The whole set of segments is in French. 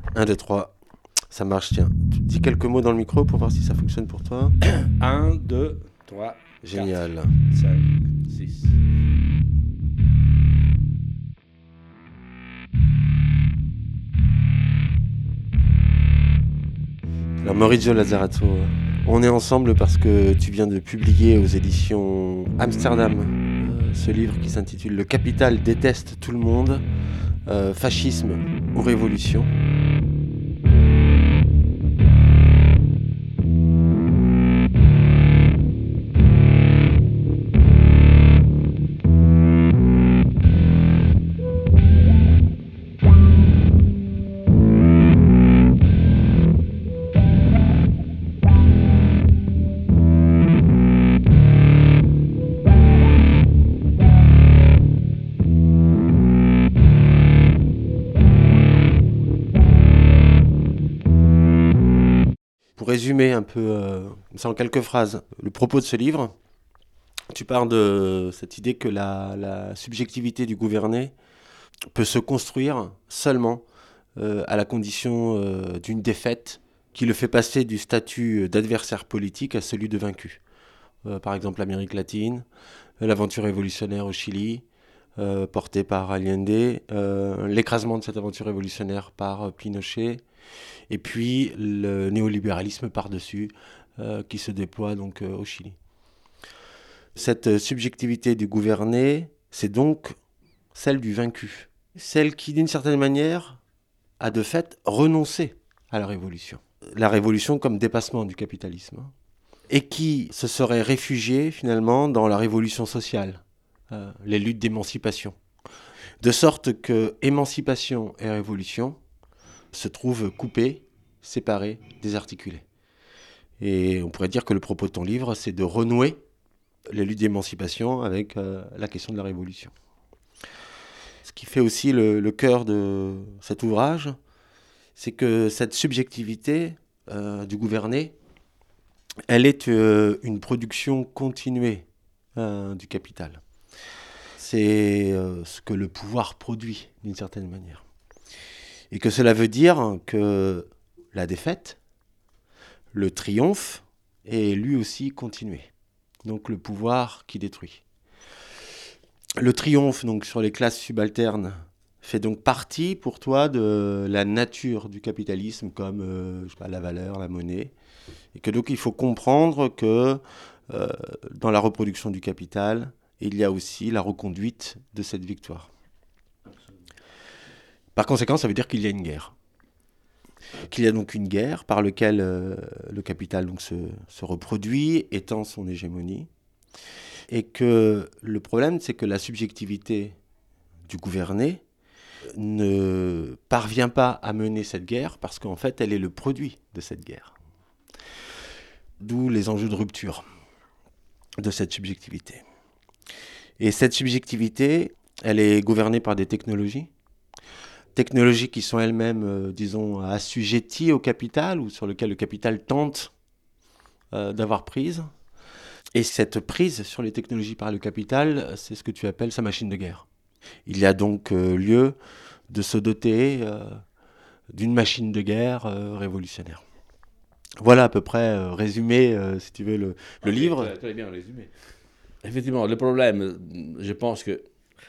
Un, 2, 3. Ça marche, tiens. Tu dis quelques mots dans le micro pour voir si ça fonctionne pour toi. Un, 2, 3, 4, Génial. 5, 6. Alors Maurizio Lazzaretto, on est ensemble parce que tu viens de publier aux éditions Amsterdam ce livre qui s'intitule Le Capital déteste tout le monde, fascisme ou révolution. Pour résumer un peu ça en quelques phrases, le propos de ce livre, tu pars de cette idée que la subjectivité du gouverné peut se construire seulement à la condition d'une défaite qui le fait passer du statut d'adversaire politique à celui de vaincu. Par exemple l'Amérique latine, l'aventure révolutionnaire au Chili, portée par Allende, l'écrasement de cette aventure révolutionnaire par Pinochet, et puis le néolibéralisme par-dessus qui se déploie donc au Chili. Cette subjectivité du gouverné, c'est donc celle du vaincu, celle qui d'une certaine manière a de fait renoncé à la révolution. La révolution comme dépassement du capitalisme, et qui se serait réfugiée finalement dans la révolution sociale, les luttes d'émancipation. De sorte que émancipation et révolution se trouvent coupées, séparées, désarticulées. Et on pourrait dire que le propos de ton livre, c'est de renouer les luttes d'émancipation avec la question de la révolution. Ce qui fait aussi le cœur de cet ouvrage, c'est que cette subjectivité du gouverné, elle est une production continuée du capital. C'est ce que le pouvoir produit d'une certaine manière. Et que cela veut dire que la défaite, le triomphe, est lui aussi continué. Donc le pouvoir qui détruit. Le triomphe donc sur les classes subalternes fait donc partie pour toi de la nature du capitalisme comme je sais pas, la valeur, la monnaie. Et que donc il faut comprendre que euh, dans la reproduction du capital, il y a aussi la reconduite de cette victoire. Par conséquent, ça veut dire qu'il y a une guerre. Qu'il y a donc une guerre par laquelle le capital donc se reproduit, étend son hégémonie. Et que le problème, c'est que la subjectivité du gouverné ne parvient pas à mener cette guerre parce qu'en fait, elle est le produit de cette guerre. D'où les enjeux de rupture de cette subjectivité. Et cette subjectivité, elle est gouvernée par des technologies qui sont elles-mêmes, disons, assujetties au capital ou sur lesquelles le capital tente d'avoir prise. Et cette prise sur les technologies par le capital, c'est ce que tu appelles sa machine de guerre. Il y a donc lieu de se doter d'une machine de guerre révolutionnaire. Voilà à peu près résumé, si tu veux, le Ok, livre. très, très bien résumé. Effectivement, le problème, je pense que,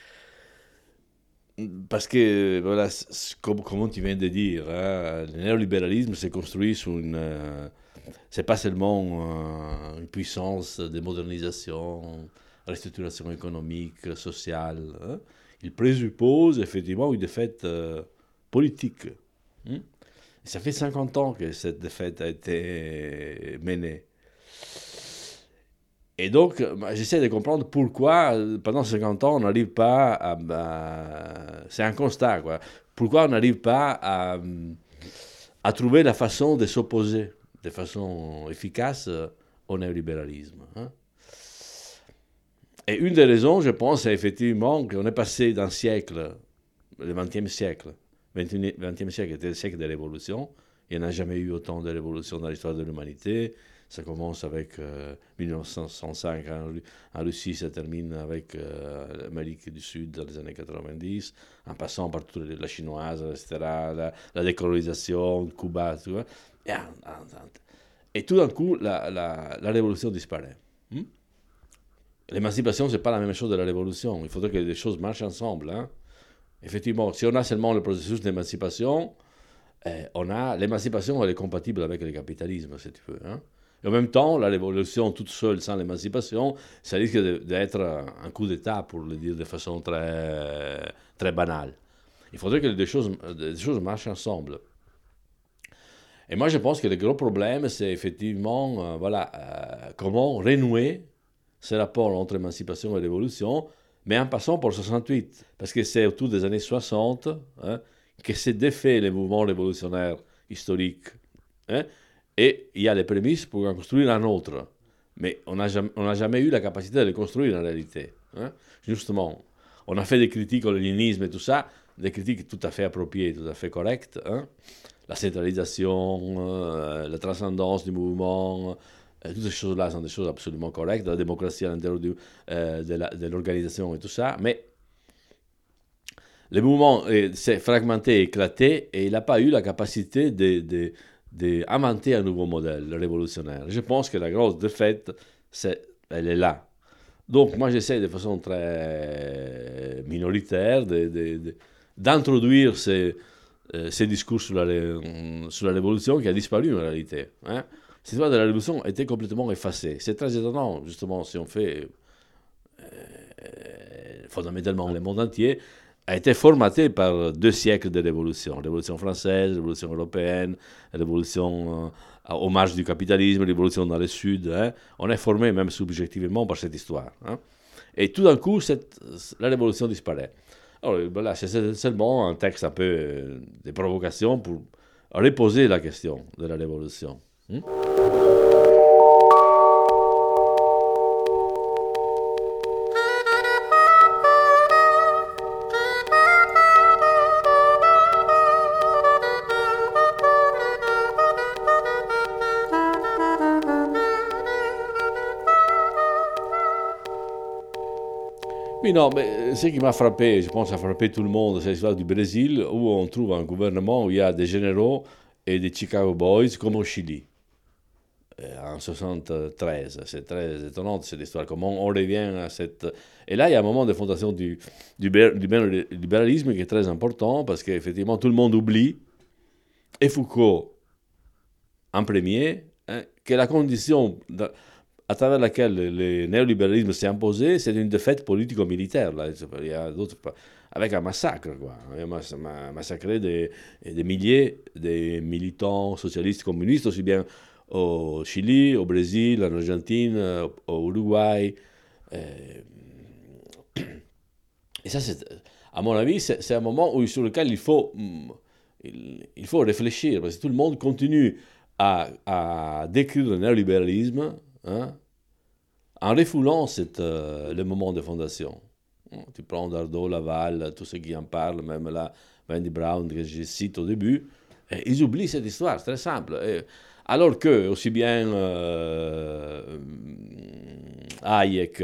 parce que, voilà, comme tu viens de dire, hein, le néolibéralisme s'est construit sur une. C'est pas seulement une puissance de modernisation, restructuration économique, sociale. Hein. Il présuppose effectivement une défaite politique. Hein. Ça fait 50 ans que cette défaite a été menée. Et donc, j'essaie de comprendre pourquoi, pendant 50 ans, on n'arrive pas c'est un constat, quoi. Pourquoi on n'arrive pas à trouver la façon de s'opposer de façon efficace au néolibéralisme. Hein. Et une des raisons, je pense, c'est effectivement qu'on est passé d'un siècle, le XXe siècle. Le XXe siècle était le siècle des révolutions. Il n'y en a jamais eu autant de révolutions dans l'histoire de l'humanité. Ça commence avec 1905 en Russie, ça termine avec l'Amérique du Sud dans les années 90, en passant par toute la chinoise, etc., la décolonisation, Cuba, tu vois. Et tout d'un coup, la révolution disparaît. L'émancipation, ce n'est pas la même chose de la révolution. Il faudrait que les choses marchent ensemble. Hein. Effectivement, si on a seulement le processus d'émancipation, l'émancipation, elle est compatible avec le capitalisme, si tu veux. Hein. Et en même temps, la révolution toute seule, sans l'émancipation, ça risque d'être un coup d'État, pour le dire de façon très, très banale. Il faudrait que les choses marchent ensemble. Et moi, je pense que le gros problème, c'est effectivement comment renouer ce rapport entre émancipation et révolution, mais en passant par 68. Parce que c'est autour des années 60 que s'est défait le mouvement révolutionnaire historique. Hein, et il y a les prémices pour en construire un autre. Mais on n'a jamais eu la capacité de le construire en réalité. Hein. Justement, on a fait des critiques au léninisme et tout ça, des critiques tout à fait appropriées, tout à fait correctes. Hein. La centralisation, la transcendance du mouvement, toutes ces choses-là sont des choses absolument correctes, la démocratie à l'intérieur de l'organisation et tout ça, mais le mouvement s'est fragmenté, éclaté, et il n'a pas eu la capacité d'inventer un nouveau modèle révolutionnaire. Je pense que la grosse défaite, elle est là. Donc moi j'essaie de façon très minoritaire d'introduire ces discours sur la révolution qui a disparu en réalité. Hein. Cette histoire de la révolution était complètement effacée. C'est très étonnant, justement, si on fait fondamentalement le monde entier, a été formaté par 2 siècles de révolution. Révolution française, révolution européenne, révolution aux marges du capitalisme, révolution dans le Sud. Hein. On est formé même subjectivement par cette histoire. Hein. Et tout d'un coup, la révolution disparaît. Alors voilà, c'est seulement un texte un peu de provocation pour reposer la question de la révolution. Oui, non, mais ce qui m'a frappé, je pense, a frappé tout le monde, c'est l'histoire du Brésil, où on trouve un gouvernement où il y a des généraux et des Chicago Boys, comme au Chili, en 73. C'est très étonnant cette histoire, comment on revient à cette... Et là, il y a un moment de fondation du libéralisme qui est très important, parce qu'effectivement, tout le monde oublie, et Foucault en premier, hein, que la condition à travers laquelle le néolibéralisme s'est imposé, c'est une défaite politico-militaire. Là. Il y a avec un massacre, quoi. Il a massacré des milliers de militants socialistes communistes, aussi bien au Chili, au Brésil, en Argentine, au Uruguay. Et ça, à mon avis, c'est un moment sur lequel il faut réfléchir, parce que tout le monde continue à décrire le néolibéralisme, hein, en refoulant le moment de fondation. Tu prends Dardot, Laval, tous ceux qui en parlent, même là, Wendy Brown, que je cite au début, ils oublient cette histoire, c'est très simple. Alors que, aussi bien Hayek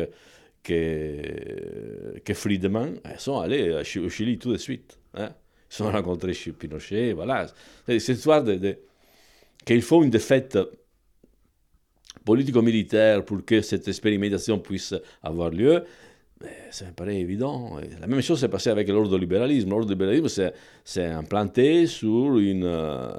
que Friedman sont allés au Chili tout de suite. Hein. Ils sont rencontrés chez Pinochet, voilà. C'est cette histoire qu'il faut une défaite politico-militaire pour que cette expérimentation puisse avoir lieu, ça me paraît évident. La même chose s'est passée avec l'ordolibéralisme. L'ordolibéralisme s'est implanté sur une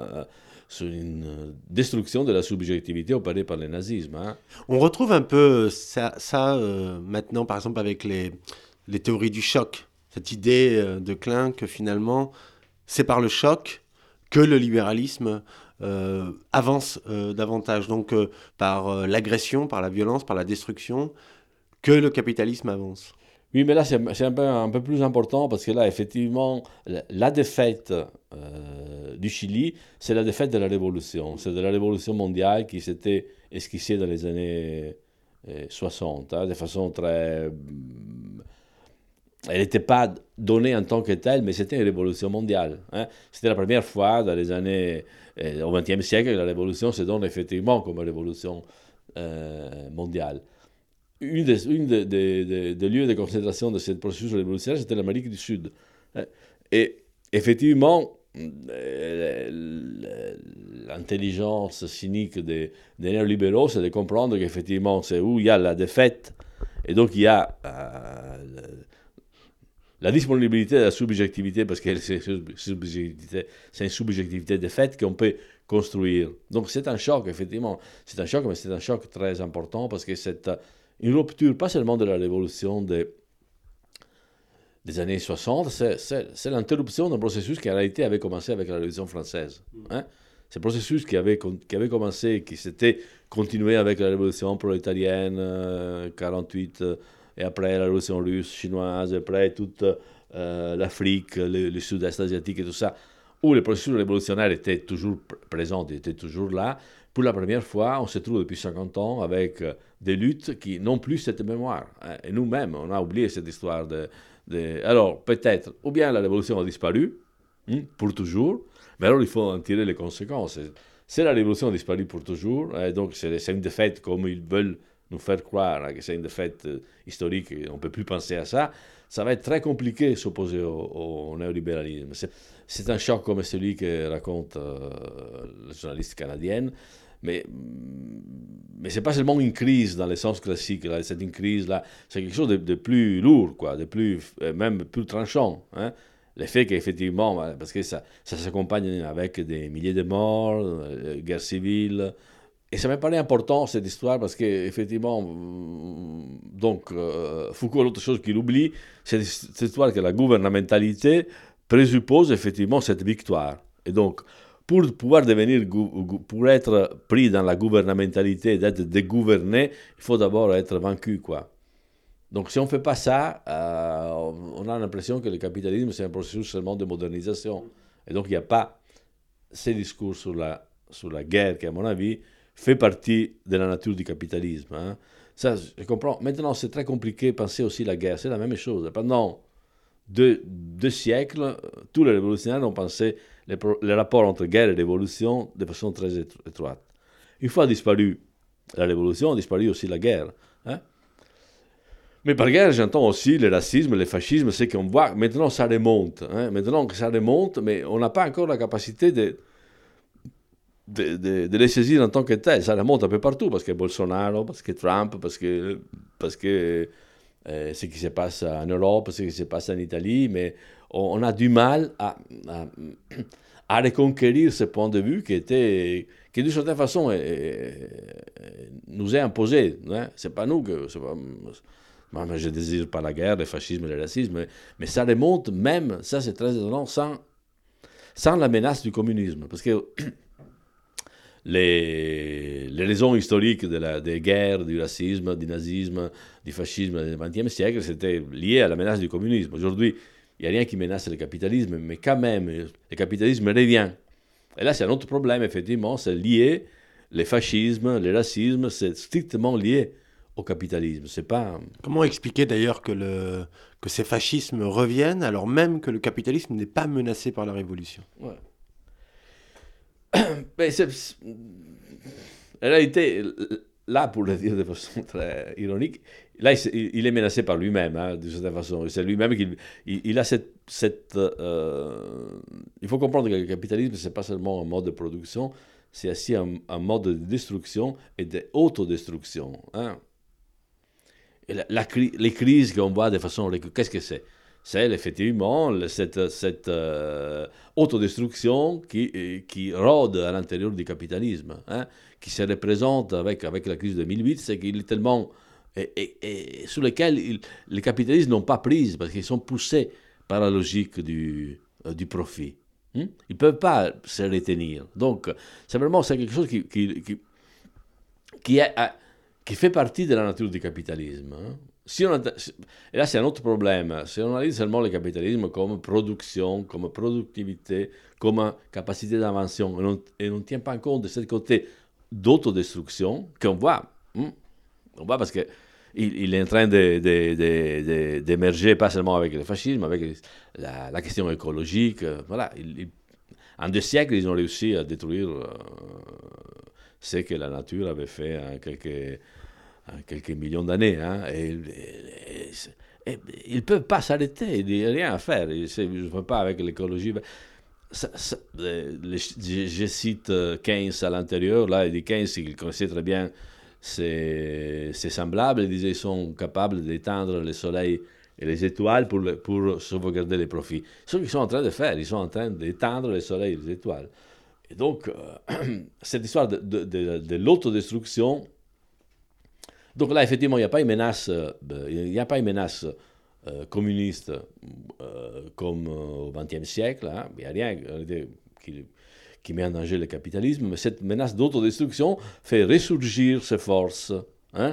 destruction de la subjectivité opérée par le nazisme. Hein. On retrouve un peu ça maintenant, par exemple, avec les théories du choc. Cette idée de Klein que finalement, c'est par le choc que le libéralisme avance davantage. Donc par l'agression, par la violence, par la destruction, que le capitalisme avance. Oui, mais là, c'est un peu plus important parce que là, effectivement, la défaite du Chili, c'est la défaite de la révolution. C'est de la révolution mondiale qui s'était esquissée dans les années 60, hein, de façon très elle n'était pas donnée en tant que telle, mais c'était une révolution mondiale. Hein. C'était la première fois dans les années, au XXe siècle, que la révolution se donne effectivement comme révolution mondiale. Des lieux de concentration de ce processus révolutionnaire, c'était l'Amérique du Sud. Hein. Et effectivement, l'intelligence cynique des néolibéraux, c'est de comprendre qu'effectivement, c'est où il y a la défaite, et donc il y a la disponibilité de la subjectivité, parce que c'est une subjectivité de fait qu'on peut construire. Donc c'est un choc, effectivement. C'est un choc, mais c'est un choc très important, parce que c'est une rupture, pas seulement de la révolution des années 60, c'est l'interruption d'un processus qui en réalité avait commencé avec la Révolution française. Hein? Ce processus qui avait commencé, qui s'était continué avec la Révolution prolétarienne, 48, et après la Révolution russe, chinoise, et après toute l'Afrique, le sud-est asiatique et tout ça, où le processus révolutionnaire était toujours présent, était toujours là. Pour la première fois, on se trouve depuis 50 ans avec des luttes qui n'ont plus cette mémoire. Hein? Et nous-mêmes, on a oublié cette histoire Alors, peut-être, ou bien la révolution a disparu, pour toujours, mais alors il faut en tirer les conséquences. Si la révolution a disparu pour toujours, donc c'est une défaite comme ils veulent nous faire croire, hein, que c'est une défaite historique et on ne peut plus penser à ça, ça va être très compliqué de s'opposer au néolibéralisme. C'est un choc comme celui que raconte la journaliste canadienne, mais ce n'est pas seulement une crise dans le sens classique, là, c'est une crise, là, c'est quelque chose de plus lourd, quoi, de plus, même plus tranchant. Hein. Le fait qu'effectivement, parce que ça s'accompagne avec des milliers de morts, guerre civile. Et ça me paraît important, cette histoire, parce qu'effectivement, donc, Foucault, l'autre chose qu'il oublie, c'est cette histoire que la gouvernementalité présuppose effectivement cette victoire. Et donc, pour pouvoir pour être pris dans la gouvernementalité, d'être dégouverné, il faut d'abord être vaincu, quoi. Donc, si on ne fait pas ça, on a l'impression que le capitalisme, c'est un processus seulement de modernisation. Et donc, il n'y a pas ces discours sur la guerre qui, à mon avis, fait partie de la nature du capitalisme. Hein. Ça, je comprends. Maintenant, c'est très compliqué de penser aussi la guerre. C'est la même chose. Pendant deux siècles, tous les révolutionnaires ont pensé les rapports entre guerre et révolution de façon très étroite. Une fois disparu la révolution, a disparu aussi la guerre. Hein. Mais par guerre, j'entends aussi le racisme, le fascisme, c'est qu'on voit, maintenant ça remonte. Hein. Maintenant que ça remonte, mais on n'a pas encore la capacité de les saisir en tant que tel. Ça remonte un peu partout, parce que Bolsonaro, parce que Trump, parce que ce qui se passe en Europe, ce qui se passe en Italie, mais on a du mal à reconquérir ce point de vue qui d'une certaine façon nous est imposé. Hein. C'est pas nous que... Moi, je ne désire pas la guerre, le fascisme, le racisme, mais ça remonte même, ça c'est très étonnant, sans la menace du communisme. Parce que les raisons historiques des guerres, du racisme, du nazisme, du fascisme du XXe siècle, c'était lié à la menace du communisme. Aujourd'hui, il n'y a rien qui menace le capitalisme, mais quand même, le capitalisme revient. Et là, c'est un autre problème, effectivement, c'est lié, le fascisme, le racisme, c'est strictement lié au capitalisme. C'est pas... Comment expliquer d'ailleurs que ces fascismes reviennent alors même que le capitalisme n'est pas menacé par la révolution? Ouais. Mais en réalité, là, pour le dire de façon très ironique, là, il est menacé par lui-même, hein, de cette façon. C'est lui-même il a il faut comprendre que le capitalisme, ce n'est pas seulement un mode de production, c'est aussi un mode de destruction et d'autodestruction. Hein. Et les crises qu'on voit de façon... Qu'est-ce que c'est? C'est effectivement cette autodestruction qui rôde à l'intérieur du capitalisme, hein, qui se représente avec la crise de 2008, c'est qu'il est tellement... Et sur lesquels les capitalistes n'ont pas prise, parce qu'ils sont poussés par la logique du profit. Ils ne peuvent pas se retenir. Donc, c'est quelque chose qui fait partie de la nature du capitalisme. Hein. Et là, c'est un autre problème. Si on analyse seulement le capitalisme comme production, comme productivité, comme capacité d'invention, et on ne tient pas compte de ce côté d'autodestruction qu'on voit. On voit parce qu'il il est en train d'émerger, pas seulement avec le fascisme, avec la question écologique. Voilà, en 2 siècles, ils ont réussi à détruire ce que la nature avait fait en quelques millions d'années. Hein, et ils ne peuvent pas s'arrêter, il n'y a rien à faire. Je ne veux pas avec l'écologie. Je cite Keynes à l'intérieur, là, il dit Keynes, il connaissait très bien ses semblables, il disait qu'ils sont capables d'éteindre le soleil et les étoiles pour sauvegarder les profits. C'est ce qu'ils sont en train de faire, ils sont en train d'éteindre le soleil et les étoiles. Et donc, cette histoire de l'autodestruction, donc là, effectivement, il n'y a pas une menace, communiste comme au XXe siècle, hein. Il n'y a rien qui met en danger le capitalisme, mais cette menace d'autodestruction fait ressurgir ces forces. Hein.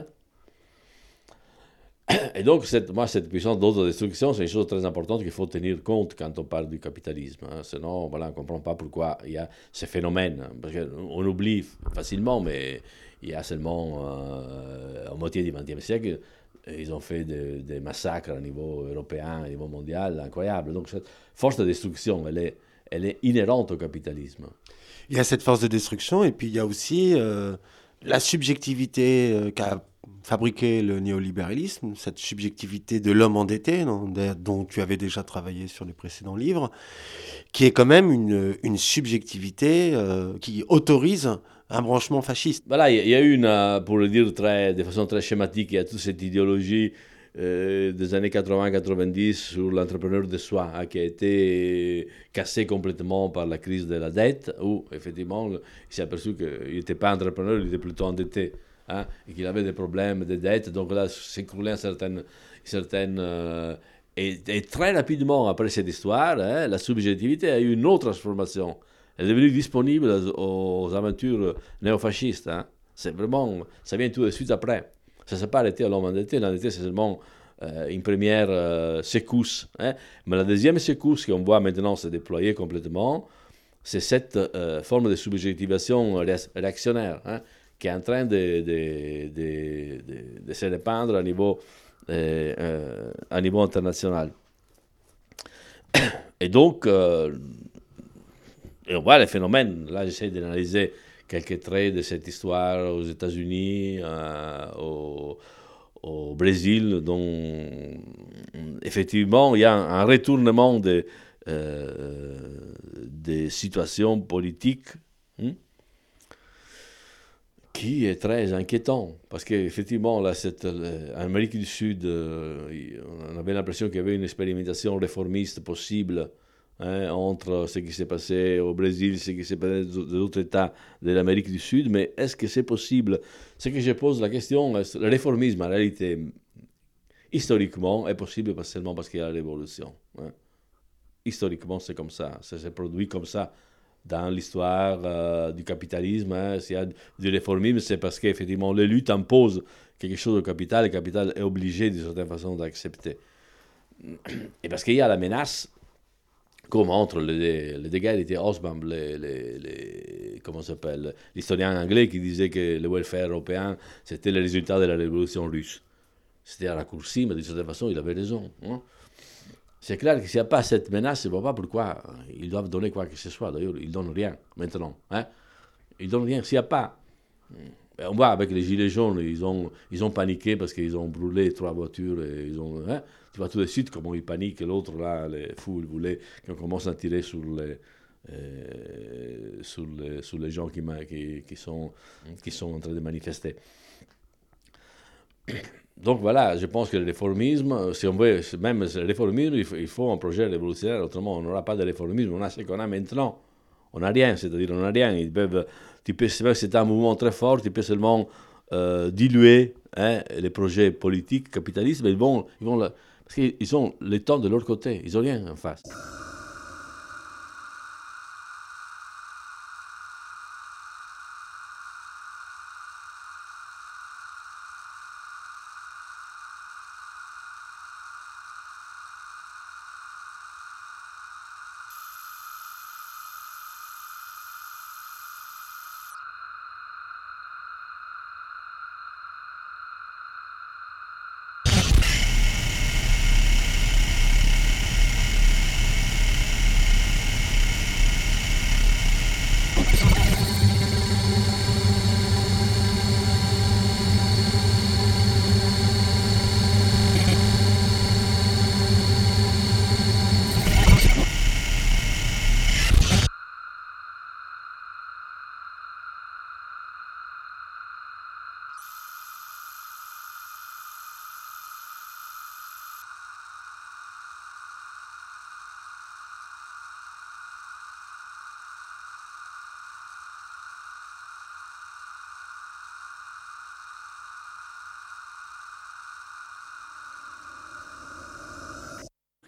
Et donc, cette puissance d'autodestruction, c'est une chose très importante qu'il faut tenir compte quand on parle du capitalisme. Hein. Sinon, voilà, on ne comprend pas pourquoi il y a ces phénomènes. Parce qu'on oublie facilement, mais il y a seulement à moitié du XXe siècle, ils ont fait des massacres à niveau européen, à niveau mondial, incroyables. Donc, cette force de destruction, elle est inhérente au capitalisme. Il y a cette force de destruction, et puis il y a aussi la subjectivité qu'a fabriqué le néolibéralisme, cette subjectivité de l'homme endetté, dont tu avais déjà travaillé sur les précédents livres, qui est quand même une subjectivité qui autorise un branchement fasciste. Voilà, il y a une, pour le dire de façon très schématique, il y a toute cette idéologie des années 80-90 sur l'entrepreneur de soi, hein, qui a été cassé complètement par la crise de la dette, où effectivement il s'est aperçu qu'il n'était pas entrepreneur, il était plutôt endetté, hein, et qu'il avait des problèmes de dette. Donc là, s'écroulait et très rapidement après cette histoire, hein, la subjectivité a eu une autre transformation. Elle est devenue disponible aux aventures néofascistes. Hein. C'est vraiment, ça vient tout de suite après. Ça ne s'est pas arrêté à l'homme endetté. L'endetté, c'est seulement une première secousse. Hein. Mais la deuxième secousse qu'on voit maintenant se déployer complètement, c'est cette forme de subjectivation réactionnaire, hein, qui est en train de se répandre à niveau international. Et donc, et on voit les phénomènes. Là, j'essaie d'analyser quelques traits de cette histoire aux États-Unis, au Brésil, dont effectivement il y a un retournement des situations politiques qui est très inquiétant. Parce qu'effectivement, là, en Amérique du Sud, on avait l'impression qu'il y avait une expérimentation réformiste possible. Hein, entre ce qui s'est passé au Brésil, ce qui s'est passé dans d'autres États de l'Amérique du Sud, mais est-ce que c'est possible? Ce que je pose la question, le réformisme, en réalité, historiquement, est possible pas seulement parce qu'il y a la révolution. Hein. Historiquement, c'est comme ça, ça s'est produit comme ça dans l'histoire du capitalisme. Hein. S'il y a du réformisme, c'est parce qu'effectivement, les luttes imposent quelque chose au capital, le capital est obligé d'une certaine façon d'accepter. Et parce qu'il y a la menace, comme entre les dégâts, était Hobsbawm, comment s'appelle, l'historien anglais qui disait que le welfare européen, c'était le résultat de la révolution russe. C'était un raccourci, mais d'une certaine façon, il avait raison. Hein. C'est clair que s'il n'y a pas cette menace, je ne vois pas pourquoi ils doivent donner quoi que ce soit. D'ailleurs, ils ne donnent rien maintenant. Hein. Ils ne donnent rien. S'il n'y a pas... On voit avec les gilets jaunes, ils ont paniqué parce qu'ils ont brûlé 3 voitures. Et ils ont, hein, tu vois tout de suite comment ils paniquent. L'autre, là, les fous, ils voulaient qu'on commence à tirer sur les gens qui sont en train de manifester. Donc voilà, je pense que le réformisme, si on veut, même le réformisme, il faut un projet révolutionnaire, autrement on n'aura pas de réformisme, on a ce qu'on a maintenant. On n'a rien, c'est-à-dire on n'a rien. C'est un mouvement très fort, tu peux seulement diluer, hein, les projets politiques, capitalistes, mais parce qu'ils ont le temps de leur côté, ils n'ont rien en face.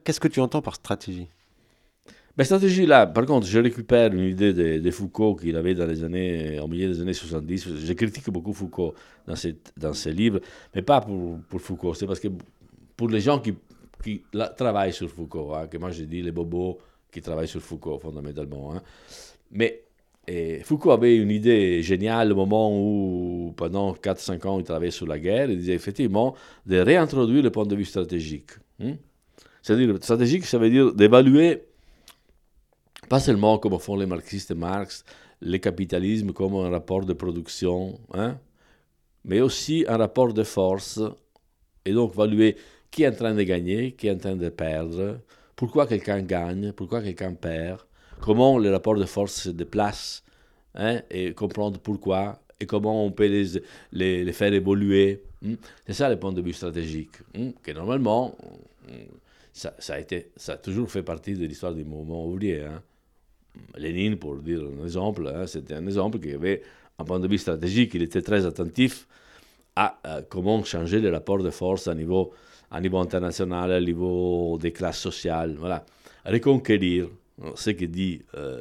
Qu'est-ce que tu entends par stratégie? Mais stratégie, là, par contre, je récupère une idée de Foucault qu'il avait au milieu des années 70. Je critique beaucoup Foucault dans ses livres, mais pas pour Foucault. C'est parce que pour les gens qui travaillent sur Foucault, hein, que moi je dis les bobos qui travaillent sur Foucault fondamentalement. Hein. Mais Foucault avait une idée géniale au moment où, pendant 4-5 ans, il travaillait sur la guerre. Il disait effectivement de réintroduire le point de vue stratégique. Hein. C'est-à-dire, stratégique, ça veut dire d'évaluer pas seulement comme font les marxistes et Marx, le capitalisme comme un rapport de production, hein, mais aussi un rapport de force, et donc évaluer qui est en train de gagner, qui est en train de perdre, pourquoi quelqu'un gagne, pourquoi quelqu'un perd, comment le rapport de force se déplace, hein, et comprendre pourquoi, et comment on peut les faire évoluer. Hein. C'est ça le point de vue stratégique, hein, que normalement, ça a toujours fait partie de l'histoire du mouvement ouvrier. Hein. Lénine, pour dire un exemple, hein, c'était un exemple qui avait un point de vue stratégique. Il était très attentif à comment changer les rapports de force à niveau international, à niveau des classes sociales. Voilà. Reconquérir, ce que dit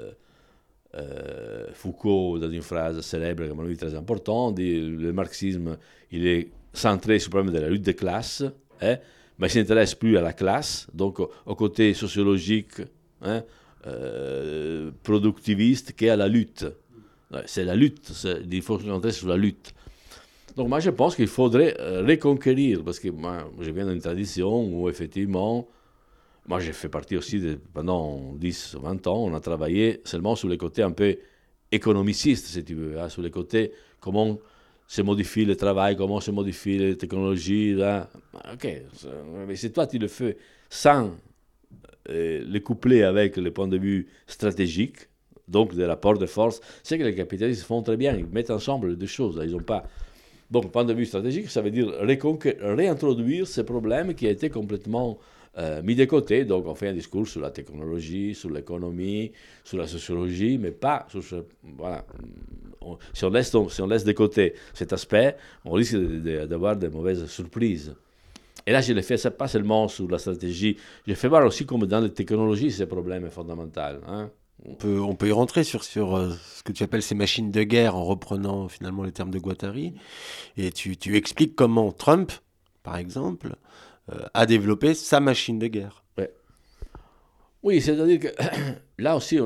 Foucault dans une phrase célèbre, qui est très importante, dit le marxisme, il est centré sur le problème de la lutte des classes, hein, mais il ne s'intéresse plus à la classe, donc au côté sociologique, hein, productiviste qu'à la lutte. C'est la lutte, il faut se concentrer sur la lutte. Donc moi je pense qu'il faudrait reconquérir, parce que moi je viens d'une tradition où effectivement, moi j'ai fait partie aussi, pendant 10-20 ans, on a travaillé seulement sur les côtés un peu économicistes, si tu veux, hein, sur les côtés comment se modifie le travail, comment se modifient les technologies. Là. Ok, mais si toi tu le fais sans les coupler avec le point de vue stratégique, donc des rapports de force, c'est que les capitalistes font très bien, ils mettent ensemble les deux choses. Là, ils n'ont pas. Donc, point de vue stratégique, ça veut dire réintroduire ces problèmes qui ont été complètement mis de côté. Donc, on fait un discours sur la technologie, sur l'économie, sur la sociologie, mais pas sur ce. Voilà. Si on laisse de côté cet aspect, on risque d'avoir de mauvaises surprises. Et là, je l'ai fait pas seulement sur la stratégie, je fais voir aussi comme dans les technologies, ces problèmes fondamentaux. Hein. On peut y rentrer sur ce que tu appelles ces machines de guerre en reprenant finalement les termes de Guattari. Et tu expliques comment Trump, par exemple, a développé sa machine de guerre. Ouais. Oui, c'est-à-dire que là aussi,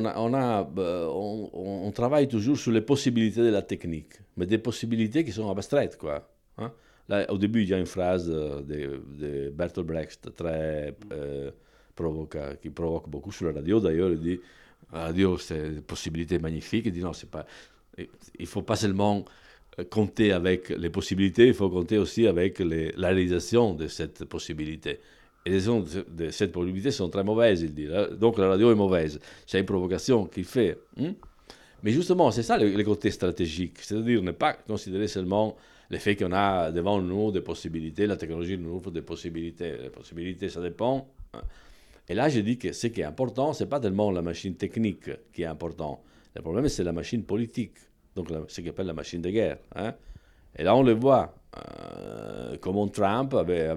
on travaille toujours sur les possibilités de la technique, mais des possibilités qui sont abstraites, quoi. Hein. Là, au début, il y a une phrase de Bertolt Brecht très qui provoque beaucoup sur la radio. D'ailleurs, il dit la radio, c'est une possibilité magnifique. Il dit non, c'est pas. Il ne faut pas seulement compter avec les possibilités, il faut compter aussi avec la réalisation de cette possibilité. Et les raisons de cette possibilité sont très mauvaises, il dit. Donc la radio est mauvaise. C'est une provocation qu'il fait. Hein. Mais justement, c'est ça le côté stratégique. C'est-à-dire ne pas considérer seulement le fait qu'on a devant nous des possibilités, la technologie nous offre des possibilités. Les possibilités, ça dépend. Et là, je dis que ce qui est important, ce n'est pas tellement la machine technique qui est important. Le problème, c'est la machine politique. Donc, ce qu'on appelle la machine de guerre. Hein. Et là, on le voit. Comment Trump,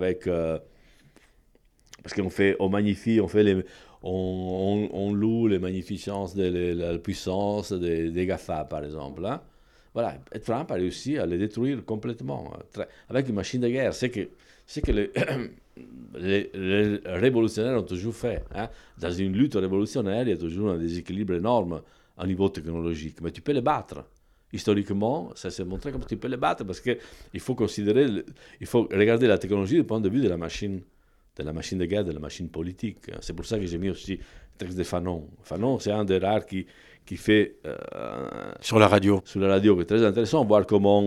parce on magnifie, on loue les magnificences de la puissance des GAFA, par exemple. Hein. Voilà. Et Trump a réussi à les détruire complètement, avec une machine de guerre. C'est que les révolutionnaires ont toujours fait. Hein. Dans une lutte révolutionnaire, il y a toujours un déséquilibre énorme au niveau technologique, mais tu peux les battre. Historiquement, ça s'est montré comme tu peux les battre, parce qu'il faut il faut regarder la technologie du point de vue de la machine de guerre, de la machine politique. C'est pour ça que j'ai mis aussi le texte de Fanon. Fanon, c'est un des rares qui fait... sur la radio. Sur la radio, c'est très intéressant de voir comment...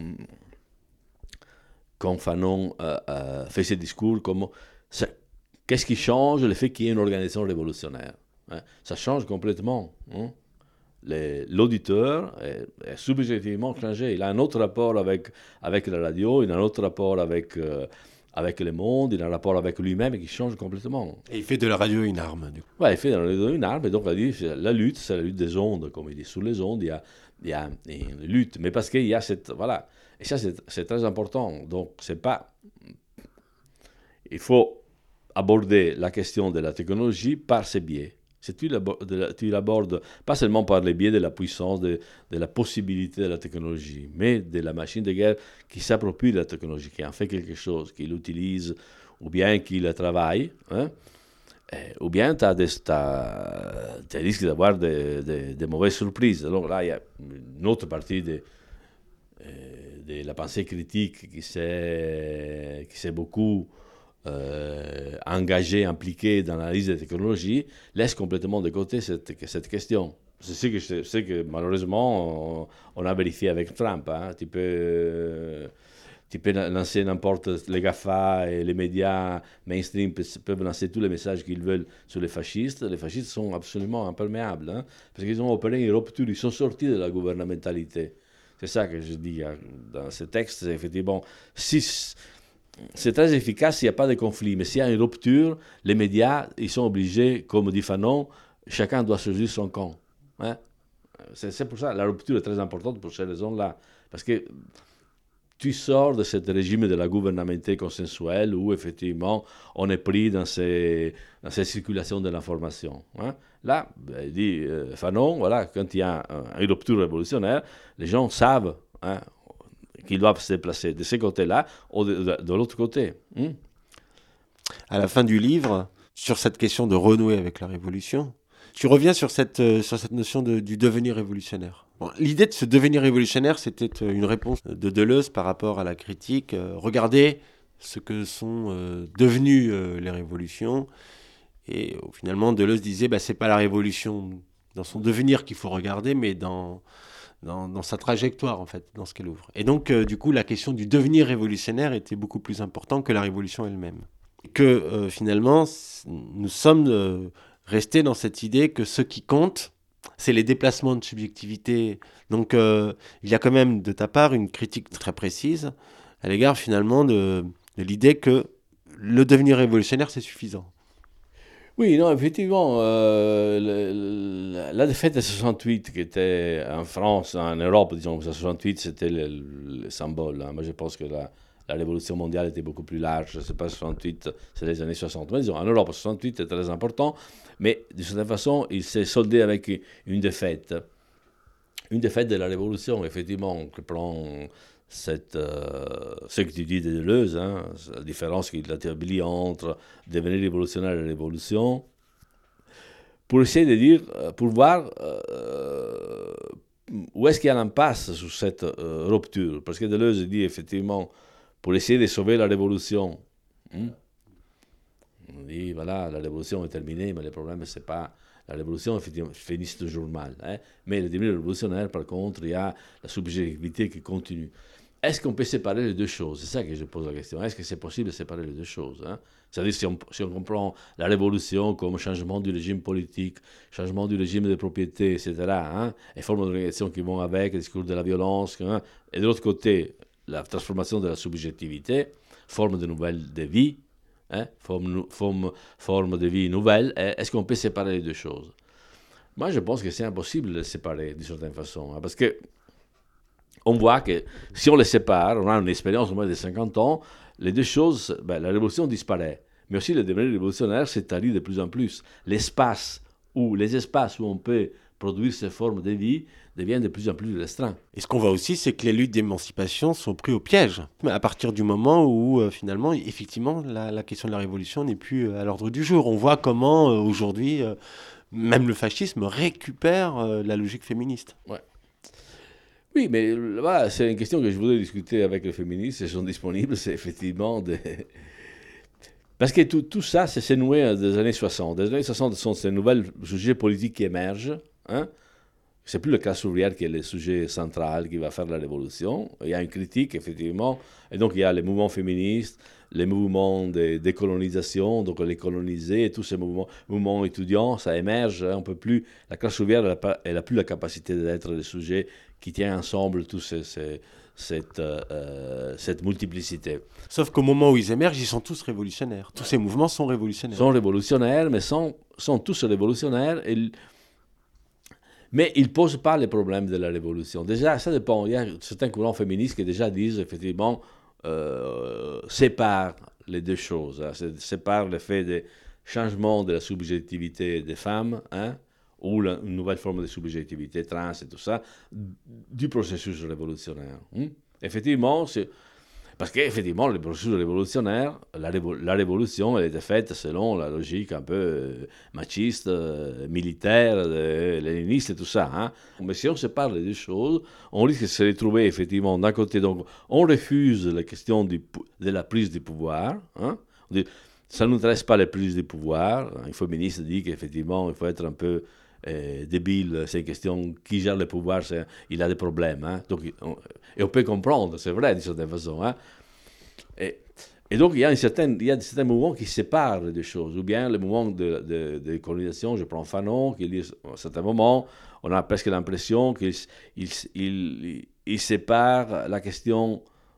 Quand Fanon fait ses discours, qu'est-ce qui change le fait qu'il y ait une organisation révolutionnaire. Hein. Ça change complètement. Hein. L'auditeur est subjectivement changé. Il a un autre rapport avec la radio, il a un autre rapport avec le monde, il a un rapport avec lui-même qui change complètement. Et il fait de la radio une arme, du coup. Ouais, il fait de la radio une arme, et donc la lutte, c'est la lutte des ondes, comme il dit. Sous les ondes, il y a une lutte, mais parce qu'il y a cette... Voilà. Et ça, c'est très important. Donc, c'est pas... Il faut aborder la question de la technologie par ces biais. Si tu l'abordes pas seulement par les biais de la puissance, de la possibilité de la technologie, mais de la machine de guerre qui s'approprie de la technologie, qui en fait quelque chose, qui l'utilise ou bien qui la travaille, hein, ou bien tu risques d'avoir des mauvaises surprises. Alors là, il y a une autre partie de la pensée critique qui s'est beaucoup engagé, impliqué dans l'analyse des technologies, laisse complètement de côté cette question. C'est ce que malheureusement on a vérifié avec Trump. Hein. Tu peux lancer n'importe, les GAFA et les médias mainstream peuvent lancer tous les messages qu'ils veulent sur les fascistes. Les fascistes sont absolument imperméables, hein, parce qu'ils ont opéré une rupture, ils sont sortis de la gouvernementalité. C'est ça que je dis dans ce texte, effectivement. Si c'est très efficace s'il n'y a pas de conflit, mais s'il y a une rupture, les médias, ils sont obligés, comme dit Fanon, chacun doit choisir son camp. Hein? C'est pour ça, la rupture est très importante pour ces raisons-là. Parce que tu sors de ce régime de la gouvernementalité consensuelle où, effectivement, on est pris dans ces circulations de l'information. Hein? Là, dit Fanon, voilà, quand il y a une rupture révolutionnaire, les gens savent, hein, qu'ils doivent se déplacer de ce côté-là ou de l'autre côté. À la fin du livre, sur cette question de renouer avec la révolution, tu reviens sur cette notion du devenir révolutionnaire. Bon, l'idée de ce devenir révolutionnaire, c'était une réponse de Deleuze par rapport à la critique. Regardez ce que sont devenues les révolutions. Et finalement, Deleuze disait, c'est pas la révolution dans son devenir qu'il faut regarder, mais dans sa trajectoire, en fait, dans ce qu'elle ouvre. Et donc, du coup, la question du devenir révolutionnaire était beaucoup plus importante que la révolution elle-même. Que finalement, nous sommes restés dans cette idée que ce qui compte, c'est les déplacements de subjectivité. Donc, il y a quand même, de ta part, une critique très précise à l'égard, finalement, de l'idée que le devenir révolutionnaire, c'est suffisant. Oui, non, effectivement, la défaite de 68, qui était en France, en Europe, disons, 68, c'était le symbole. Hein. Moi, je pense que la révolution mondiale était beaucoup plus large. C'est pas 68, c'est les années 60. Mais disons, en Europe, 68 est très important, mais de cette façon, il s'est soldé avec une défaite. Une défaite de la révolution, effectivement, qui prend ce que tu dis de Deleuze, hein, la différence qu'il établit entre devenir révolutionnaire et révolution, pour essayer de dire, pour voir où est-ce qu'il y a l'impasse sur cette rupture. Parce que Deleuze dit effectivement, pour essayer de sauver la révolution, on dit, voilà, la révolution est terminée, mais le problème, c'est pas... La révolution, effectivement, finit toujours mal. Hein? Mais le devenir révolutionnaire, par contre, il y a la subjectivité qui continue. Est-ce qu'on peut séparer les deux choses? C'est ça que je pose la question. Est-ce que c'est possible de séparer les deux choses? Hein? C'est-à-dire, si on comprend la révolution comme changement du régime politique, changement du régime de propriété, etc., hein, et formes d'organisation qui vont avec, le discours de la violence, hein, et de l'autre côté, la transformation de la subjectivité, forme de nouvelles de vie, hein, forme de vie nouvelle, est-ce qu'on peut séparer les deux choses? Moi, je pense que c'est impossible de les séparer d'une certaine façon, hein, parce que on voit que si on les sépare, on a une expérience au moins de 50 ans, les deux choses, la révolution disparaît. Mais aussi le devenir révolutionnaire s'étalit de plus en plus. Les espaces où on peut produire ces formes de vie deviennent de plus en plus restreints. Et ce qu'on voit aussi, c'est que les luttes d'émancipation sont pris au piège. À partir du moment où, finalement, effectivement, la question de la révolution n'est plus à l'ordre du jour. On voit comment, aujourd'hui, même le fascisme récupère la logique féministe. Ouais. Oui, mais voilà, c'est une question que je voudrais discuter avec les féministes. Elles sont disponibles, c'est effectivement des... Parce que tout ça, c'est noué des années 60. Les années 60 sont ces nouvelles sujets politiques qui émergent. Hein? C'est plus la classe ouvrière qui est le sujet central qui va faire la révolution. Il y a une critique, effectivement. Et donc, il y a les mouvements féministes, les mouvements de décolonisation, donc les colonisés, et tous ces mouvements étudiants, ça émerge. Hein, on peut plus, la classe ouvrière, elle n'a plus la capacité d'être le sujet qui tient ensemble toute cette multiplicité. Sauf qu'au moment où ils émergent, ils sont tous révolutionnaires. Tous ces mouvements sont révolutionnaires. Sont révolutionnaires, mais sont tous révolutionnaires. Mais ils ne posent pas les problèmes de la révolution. Déjà, ça dépend. Il y a certains courants féministes qui déjà disent, effectivement, sépare les deux choses. Hein, sépare le fait des changements de la subjectivité des femmes, hein, ou une nouvelle forme de subjectivité trans et tout ça, du processus révolutionnaire. Hein. Effectivement, parce qu'effectivement, le processus révolutionnaire, la révolution, elle était faite selon la logique un peu machiste, militaire, léniniste et tout ça. Hein. Mais si on sépare les deux choses, on risque de se retrouver effectivement d'un côté, donc on refuse la question de la prise du pouvoir. Hein. On dit, ça ne nous intéresse pas la prise du pouvoir. Un féministe dit qu'effectivement, il faut être un peu débile, c'est une question qui gère le pouvoir, il a des problèmes. Hein. Donc, et on peut comprendre, c'est vrai d'une certaine façon. Hein. Et donc il y a certains mouvements qui séparent les deux choses. Ou bien le mouvement de colonisation, je prends Fanon, qui dit à un certain moment, on a presque l'impression qu'il sépare la question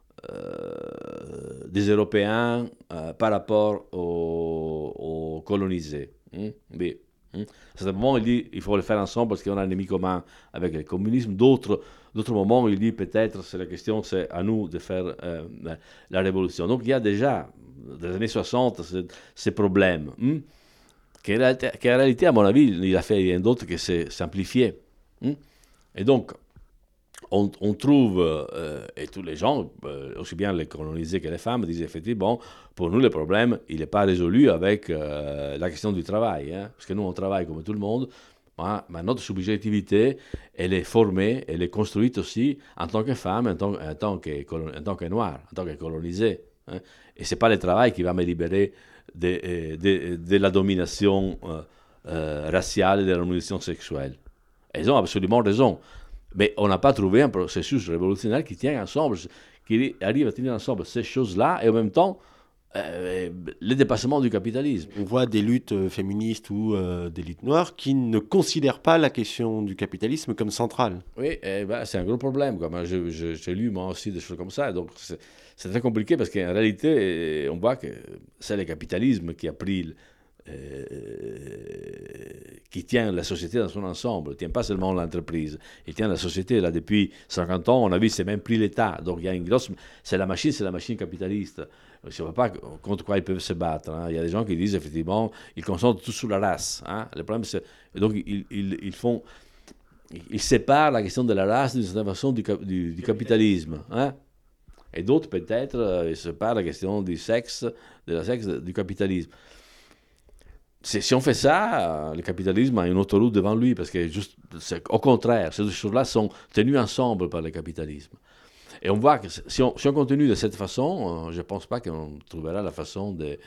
des Européens par rapport aux colonisés. Mais, à certains moments, il dit qu'il faut le faire ensemble parce qu'on a un ennemi commun avec le communisme. D'autres moments, il dit peut-être c'est la question, c'est à nous de faire la révolution. Donc il y a déjà, dans les années 60, ces problèmes. Qu'en réalité, à mon avis, il a fait rien d'autre que c'est simplifié. Et donc, on trouve, et tous les gens, aussi bien les colonisés que les femmes, disent effectivement, pour nous, le problème, il n'est pas résolu avec la question du travail. Hein, parce que nous, on travaille comme tout le monde, mais notre subjectivité, elle est formée, elle est construite aussi en tant que femme, en tant que noire, en tant que colonisée. Hein, et ce n'est pas le travail qui va me libérer de la domination raciale et de la domination sexuelle. Elles ont absolument raison. Mais on n'a pas trouvé un processus révolutionnaire qui tient ensemble, qui arrive à tenir ensemble ces choses-là et en même temps le dépassement du capitalisme. On voit des luttes féministes ou des luttes noires qui ne considèrent pas la question du capitalisme comme centrale. Oui, c'est un gros problème. J'ai lu moi aussi des choses comme ça. Donc c'est très compliqué parce qu'en réalité, on voit que c'est le capitalisme qui a pris qui tient la société dans son ensemble, ne tient pas seulement l'entreprise, il tient la société. Là, depuis 50 ans, on a vu, c'est même pris l'État. Donc, il y a une grosse... C'est la machine capitaliste. Je ne sais pas contre quoi ils peuvent se battre. Hein. Il y a des gens qui disent, effectivement, ils concentrent tout sur la race. Hein. Le problème, c'est... Donc, ils séparent la question de la race d'une certaine façon du capitalisme. Hein. Et d'autres, peut-être, ils séparent la question du sexe, du capitalisme. Si on fait ça, le capitalisme a une autoroute devant lui, parce que au contraire, ces deux choses-là sont tenues ensemble par le capitalisme. Et on voit que si on continue de cette façon, je ne pense pas qu'on trouvera la façon de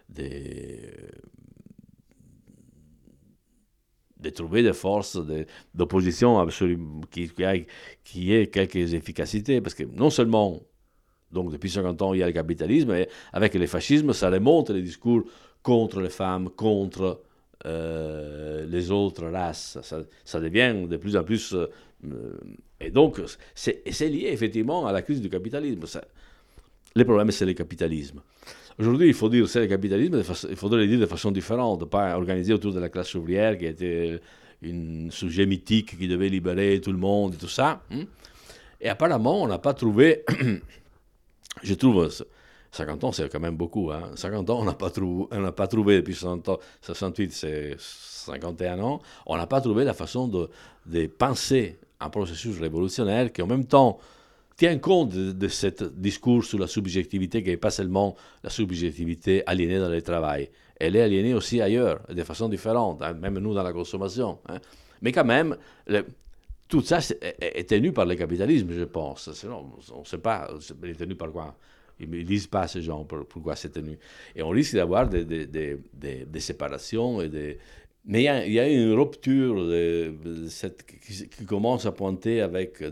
trouver des forces d'opposition absolument qui ait quelques efficacités, parce que non seulement, donc depuis 50 ans, il y a le capitalisme, et avec le fascisme, ça remonte les discours contre les femmes, contre les autres races. Ça devient de plus en plus... et donc, c'est lié effectivement à la crise du capitalisme. Le problème, c'est le capitalisme. Aujourd'hui, il faut dire c'est le capitalisme, il faudrait le dire de façon différente, pas organisé autour de la classe ouvrière qui était un sujet mythique qui devait libérer tout le monde et tout ça. Et apparemment, on n'a pas trouvé... Je trouve... 50 ans, c'est quand même beaucoup. Hein. 50 ans, on n'a pas trouvé, depuis 68, c'est 51 ans, on n'a pas trouvé la façon de penser un processus révolutionnaire qui, en même temps, tient compte de ce discours sur la subjectivité, qui n'est pas seulement la subjectivité aliénée dans le travail. Elle est aliénée aussi ailleurs, de façon différente, hein, même nous dans la consommation. Hein. Mais quand même, tout ça est tenu par le capitalisme, je pense. Sinon, on ne sait pas, c'est tenu par quoi. Ils ne disent pas à ces gens pourquoi c'est tenu. Et on risque d'avoir des séparations. Mais il y a une rupture qui commence à pointer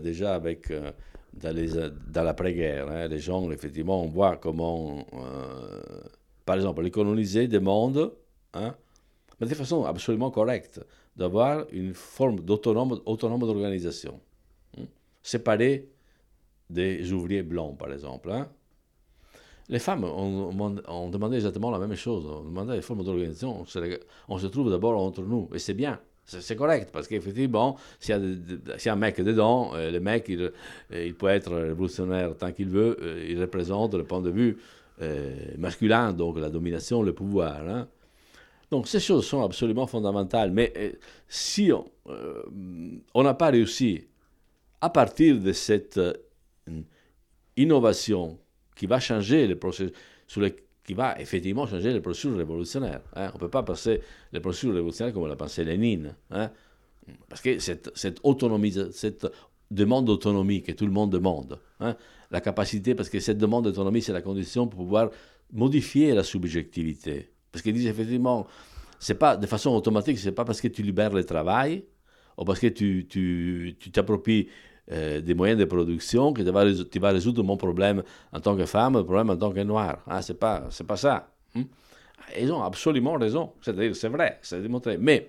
dans l'après-guerre. Hein. Les gens, effectivement, on voit comment, par exemple, les colonisés demandent, hein, mais de façon absolument correcte, d'avoir une forme autonome d'organisation, hein, séparée des ouvriers blancs, par exemple. Hein. Les femmes ont demandé exactement la même chose. On demandait des formes d'organisation. On se trouve d'abord entre nous, et c'est bien. C'est correct, parce qu'effectivement, s'il y a un mec dedans, le mec, il peut être révolutionnaire tant qu'il veut, il représente le point de vue masculin, donc la domination, le pouvoir. Hein. Donc ces choses sont absolument fondamentales, mais si on n'a pas réussi, à partir de cette innovation qui va changer le processus, qui va effectivement changer le processus révolutionnaire. Hein. On ne peut pas passer le processus révolutionnaire comme l'a pensé Lénine. Hein. Parce que cette demande d'autonomie que tout le monde demande, hein, la capacité, parce que cette demande d'autonomie, c'est la condition pour pouvoir modifier la subjectivité. Parce qu'ils disent effectivement, c'est pas de façon automatique, c'est pas parce que tu libères le travail ou parce que tu t'appropries des moyens de production que tu vas résoudre mon problème en tant que femme, le problème en tant que noir. Hein, c'est pas ça. Hein? Ils ont absolument raison. C'est-à-dire, c'est vrai, c'est démontré. Mais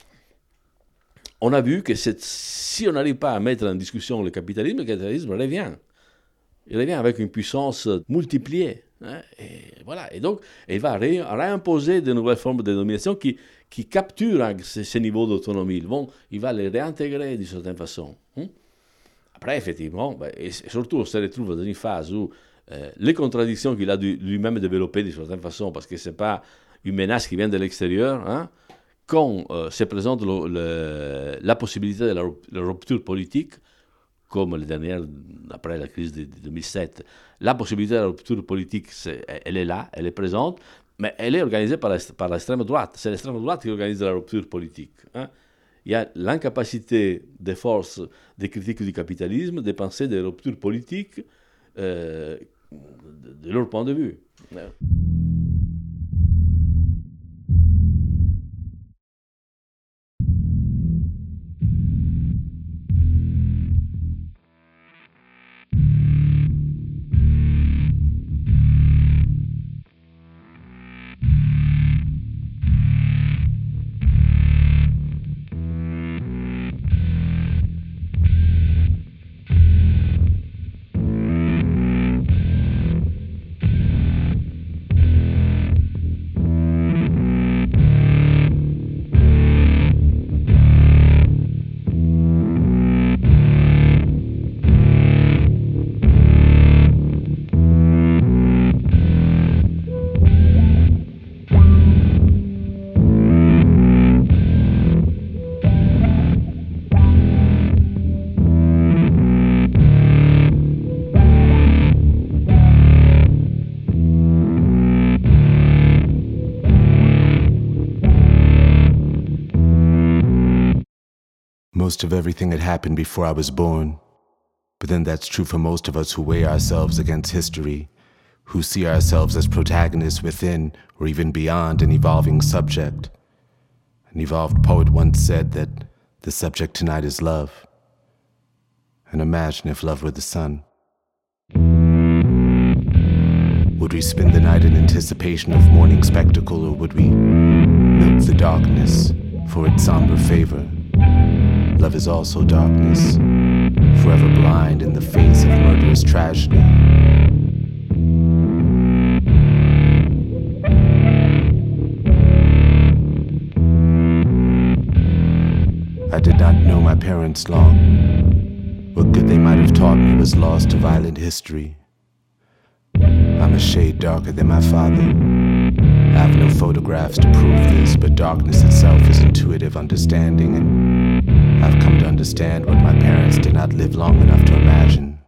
on a vu que si on n'arrive pas à mettre en discussion le capitalisme revient. Il revient avec une puissance multipliée. Hein, et voilà. Et donc, il va réimposer de nouvelles formes de domination qui capturent ces niveaux d'autonomie. Il va les réintégrer d'une certaine façon. Hein. Après, effectivement, et surtout, on se retrouve dans une phase où les contradictions qu'il a lui-même développées d'une certaine façon, parce que ce n'est pas une menace qui vient de l'extérieur, hein, quand se présente la possibilité de la rupture politique, comme les dernières, après la crise de 2007, la possibilité de la rupture politique, elle est là, elle est présente, mais elle est organisée par l'extrême droite. C'est l'extrême droite qui organise la rupture politique. Hein. Il y a l'incapacité des forces de critique du capitalisme de penser des ruptures politiques de leur point de vue. Most of everything had happened before I was born. But then that's true for most of us who weigh ourselves against history, who see ourselves as protagonists within or even beyond an evolving subject. An evolved poet once said that the subject tonight is love. And imagine if love were the sun. Would we spend the night in anticipation of morning spectacle, or would we milk the darkness for its somber favor? Love is also darkness, forever blind in the face of murderous tragedy. I did not know my parents long. What good they might have taught me was lost to violent history. I'm a shade darker than my father. I have no photographs to prove this, but darkness itself is intuitive understanding, and I've come to understand what my parents did not live long enough to imagine.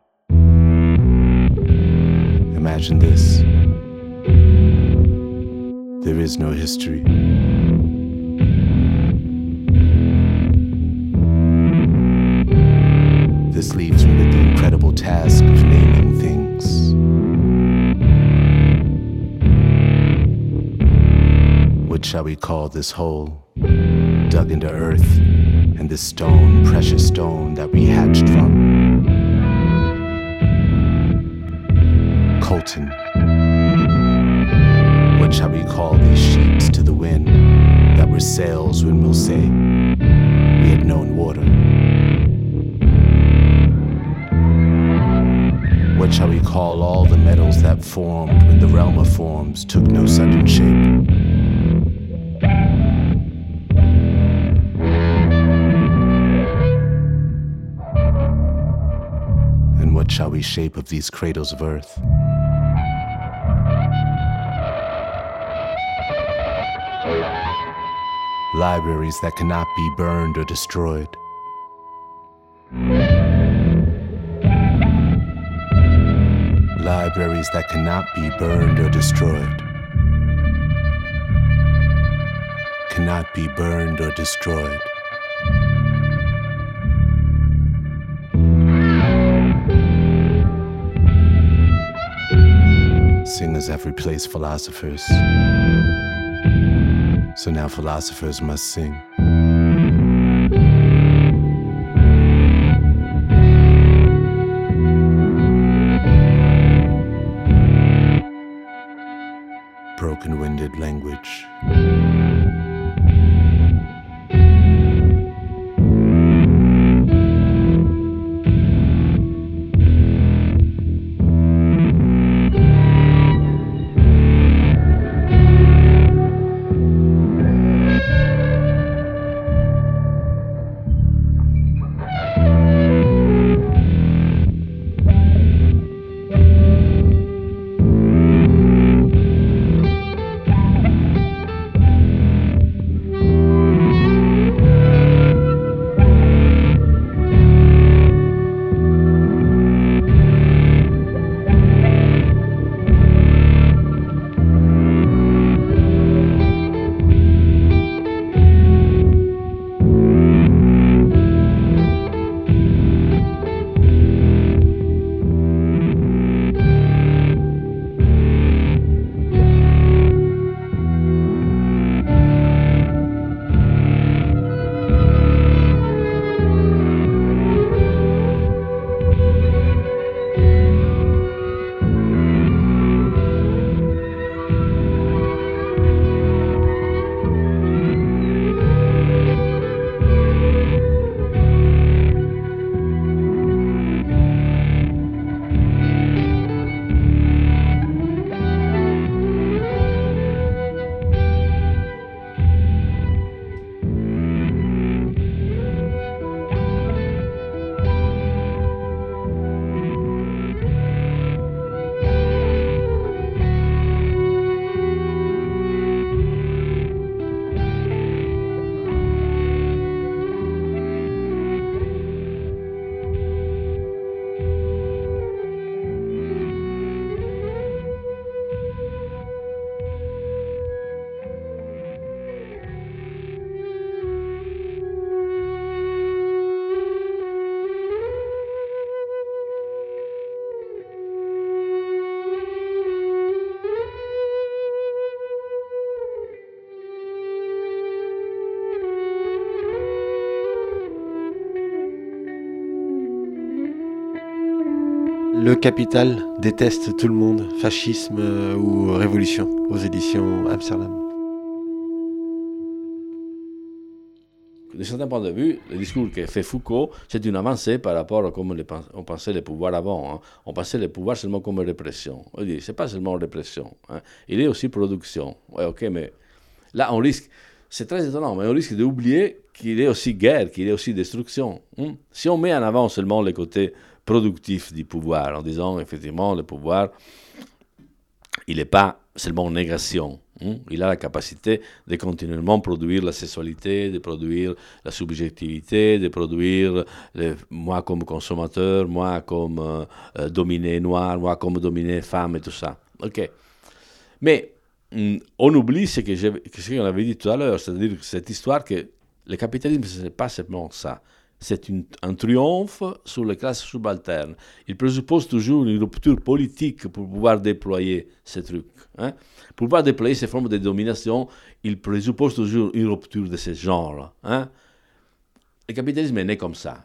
Imagine this. There is no history. This leaves me with the incredible task of naming things. What shall we call this hole, dug into earth, and this stone, precious stone that we hatched from? Colton. What shall we call these sheets to the wind that were sails when we'll say we had known water? What shall we call all the metals that formed when the realm of forms took no sudden shape? shall we shape of these cradles of earth? Libraries that cannot be burned or destroyed. Libraries that cannot be burned or destroyed. Cannot be burned or destroyed. Singers have replaced philosophers. So now philosophers must sing. Broken-winded language. Le Capital déteste tout le monde, fascisme ou révolution, aux éditions Amsterdam. De certains points de vue, le discours qu'a fait Foucault, c'est une avancée par rapport à comment on pensait les pouvoirs avant. Hein. On pensait les pouvoirs seulement comme répression. On dit, c'est pas seulement répression, hein. Il est aussi production. Ouais, ok, mais là, on risque, c'est très étonnant, mais on risque d'oublier qu'il est aussi guerre, qu'il est aussi destruction. Hein. Si on met en avant seulement les côtés productifs du pouvoir, en disant, effectivement, le pouvoir, il n'est pas seulement en négation. Il a la capacité de continuellement produire la sexualité, de produire la subjectivité, de produire moi comme consommateur, moi comme dominé noir, moi comme dominé femme et tout ça. Ok. Mais on oublie ce qu'on avait dit tout à l'heure, c'est-à-dire cette histoire que le capitalisme, ce n'est pas seulement ça. C'est un triomphe sur les classes subalternes. Il présuppose toujours une rupture politique pour pouvoir déployer ces trucs. Hein. Pour pouvoir déployer ces formes de domination, il présuppose toujours une rupture de ce genre. Hein. Le capitalisme est né comme ça.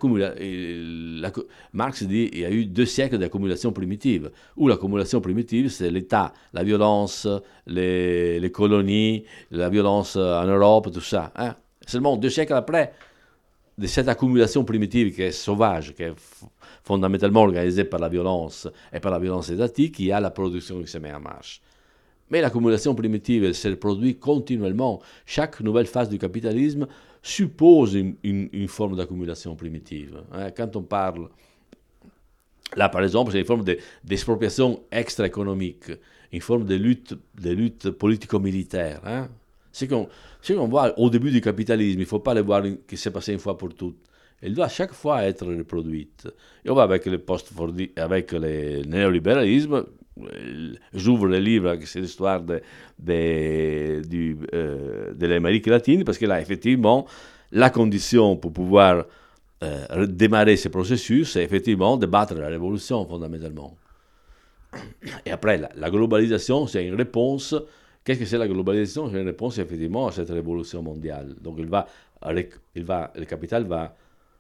Marx dit qu'il y a eu 2 siècles d'accumulation primitive, où l'accumulation primitive, c'est l'État, la violence, les colonies, la violence en Europe, tout ça. Hein. Seulement 2 siècles après, de cette accumulation primitive qui est sauvage, qui est fondamentalement organisée par la violence et par la violence étatique, il y a la production qui se met en marche. Mais l'accumulation primitive, elle se produit continuellement. Chaque nouvelle phase du capitalisme suppose une forme d'accumulation primitive. Quand on parle Là, par exemple, c'est une forme d'expropriation extra-économique, une forme de lutte politico-militaire. Hein. Ce qu'on voit au début du capitalisme, il ne faut pas le voir qui s'est passé une fois pour toutes. Elle doit chaque fois être reproduite. Et on va avec le avec le néolibéralisme. J'ouvre le livre avec cette histoire de l'Amérique latine, parce que là, effectivement, la condition pour pouvoir démarrer ce processus, c'est effectivement de battre la révolution, fondamentalement. Et après, la globalisation, c'est une réponse. Qu'est-ce que c'est la globalisation? C'est une réponse, effectivement, à cette révolution mondiale. Donc, le capital va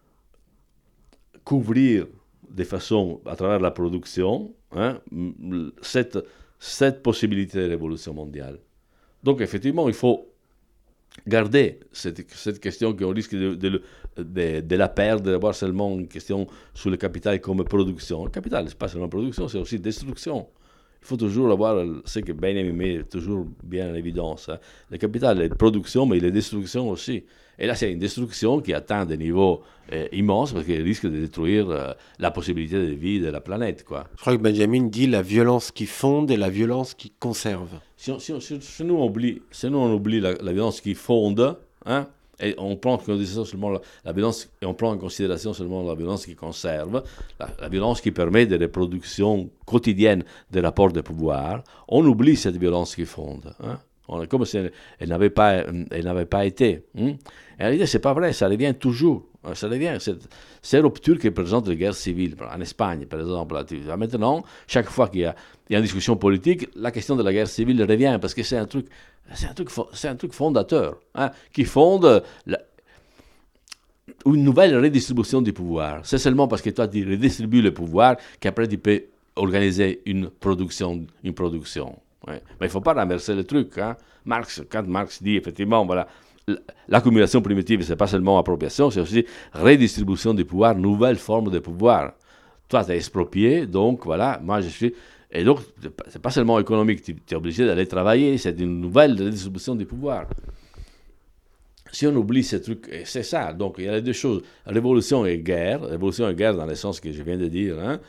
couvrir de façon, à travers la production, hein, cette possibilité de révolution mondiale. Donc, effectivement, il faut garder cette question qu'on risque de la perdre, d'avoir seulement une question sur le capital comme production. Le capital, ce n'est pas seulement production, c'est aussi destruction. Il faut toujours avoir ce que Benjamin met toujours bien en évidence. Hein. Le capital est production, mais il est destruction aussi. Et là, c'est une destruction qui atteint des niveaux immenses parce qu'elle risque de détruire la possibilité de vie de la planète. Quoi. Je crois que Benjamin dit la violence qui fonde et la violence qui conserve. Si nous on oublie la violence qui fonde, hein, et on prend en considération seulement la violence, et on prend en considération seulement la violence qui conserve, la violence qui permet des reproductions quotidiennes des rapports de pouvoir, on oublie cette violence qui fonde. Hein. Comme si elle n'avait pas été. Hein. En réalité, ce n'est pas vrai, ça revient toujours. Ça revient, ces ruptures qui présentent les guerres civiles. En Espagne, par exemple, maintenant, chaque fois qu'il y a une discussion politique, la question de la guerre civile revient parce que c'est un truc fondateur, hein, qui fonde une nouvelle redistribution du pouvoir. C'est seulement parce que toi, tu redistribues le pouvoir qu'après tu peux organiser une production. Ouais. Mais il ne faut pas renverser le truc. Hein. Quand Marx dit effectivement, voilà, l'accumulation primitive, ce n'est pas seulement appropriation, c'est aussi redistribution du pouvoir, nouvelle forme de pouvoir. Toi, tu es exproprié, donc voilà, moi je suis. Et donc, ce n'est pas seulement économique, tu es obligé d'aller travailler, c'est une nouvelle redistribution du pouvoir. Si on oublie ces trucs, c'est ça. Donc, il y a les deux choses, révolution et guerre dans le sens que je viens de dire, hein,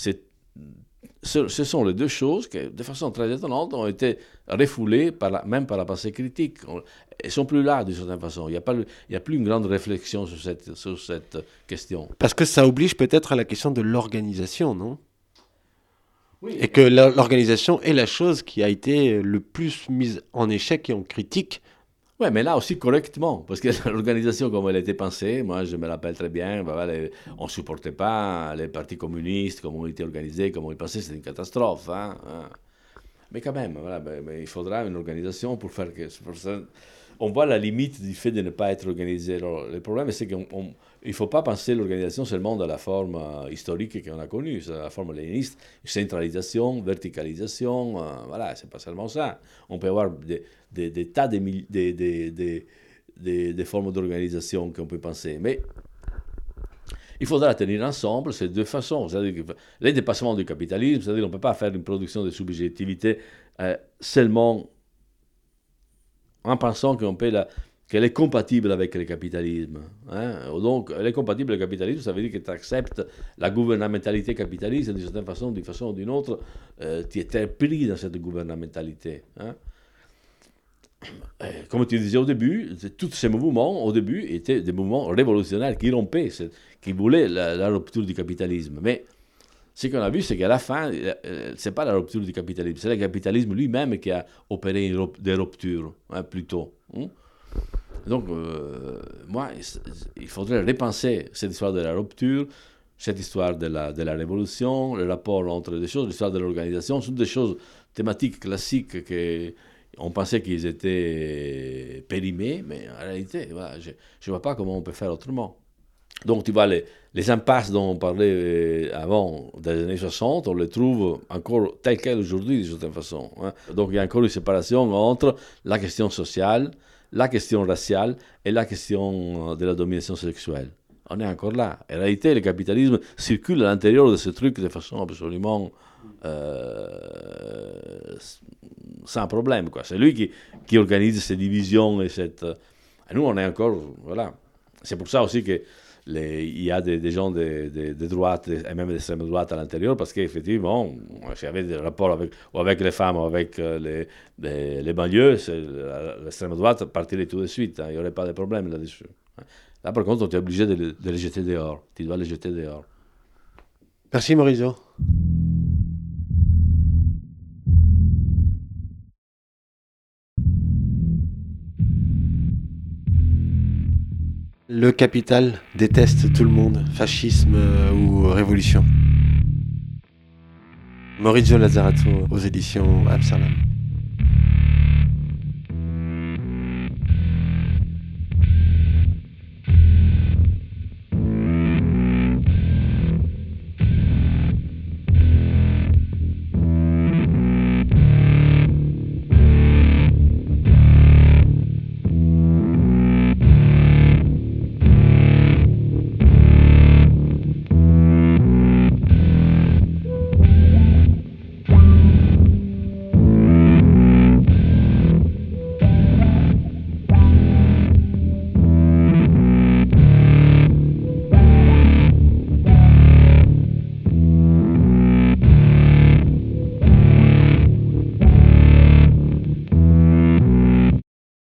ce sont les deux choses qui, de façon très étonnante, ont été refoulées même par la pensée critique. Elles ne sont plus là, d'une certaine façon. Il n'y a plus une grande réflexion sur cette question. Parce que ça oblige peut-être à la question de l'organisation, non ? Oui. Et que l'organisation est la chose qui a été le plus mise en échec et en critique. Oui, mais là aussi correctement, parce que l'organisation comme elle était pensée, moi je me rappelle très bien, on ne supportait pas les partis communistes, comment ils étaient organisés, comment ils pensaient, c'était une catastrophe. Hein. Mais quand même, mais il faudra une organisation pour faire que... On voit la limite du fait de ne pas être organisé. Alors, le problème, c'est qu'il ne faut pas penser l'organisation seulement dans la forme historique qu'on a connue, c'est la forme léniniste, centralisation, verticalisation, voilà, c'est pas seulement ça. On peut avoir des tas de formes d'organisation qu'on peut penser, mais il faudra tenir ensemble ces deux façons. C'est-à-dire que les dépassements du capitalisme, c'est-à-dire qu'on ne peut pas faire une production de subjectivité seulement en pensant qu'elle est compatible avec le capitalisme. Hein? Donc, elle est compatible avec le capitalisme, ça veut dire que tu acceptes la gouvernementalité capitaliste d'une certaine façon, d'une façon ou d'une autre, tu es pris dans cette gouvernementalité. Hein? Comme tu disais au début, tous ces mouvements, au début, étaient des mouvements révolutionnaires qui rompaient, qui voulaient la rupture du capitalisme. Mais ce qu'on a vu, c'est qu'à la fin, ce n'est pas la rupture du capitalisme, c'est le capitalisme lui-même qui a opéré des ruptures, hein, plutôt. Hein? Donc, moi, il faudrait repenser cette histoire de la rupture, cette histoire de la révolution, le rapport entre les choses, l'histoire de l'organisation, sont des choses thématiques classiques qu'on pensait qu'ils étaient périmés, mais en réalité, voilà, je ne vois pas comment on peut faire autrement. Donc, tu vois, les impasses dont on parlait avant, dans les années 60, on les trouve encore telles quelles aujourd'hui, d'une certaine façon. Hein. Donc, il y a encore une séparation entre la question sociale, la question raciale et la question de la domination sexuelle. On est encore là. En réalité, le capitalisme circule à l'intérieur de ce truc de façon absolument sans problème, quoi. C'est lui qui organise ces divisions et nous, on est encore... Voilà. C'est pour ça aussi que il y a des gens de droite et même d'extrême droite à l'intérieur, parce qu'effectivement, s'il y avait des rapports avec les femmes ou avec les banlieues, l'extrême droite partirait tout de suite, hein, il n'y aurait pas de problème là-dessus. Là, par contre, on est obligé de les jeter dehors. Tu dois les jeter dehors. Merci Maurizio. Le capital déteste tout le monde, fascisme ou révolution. Maurizio Lazzarato aux éditions Absalom.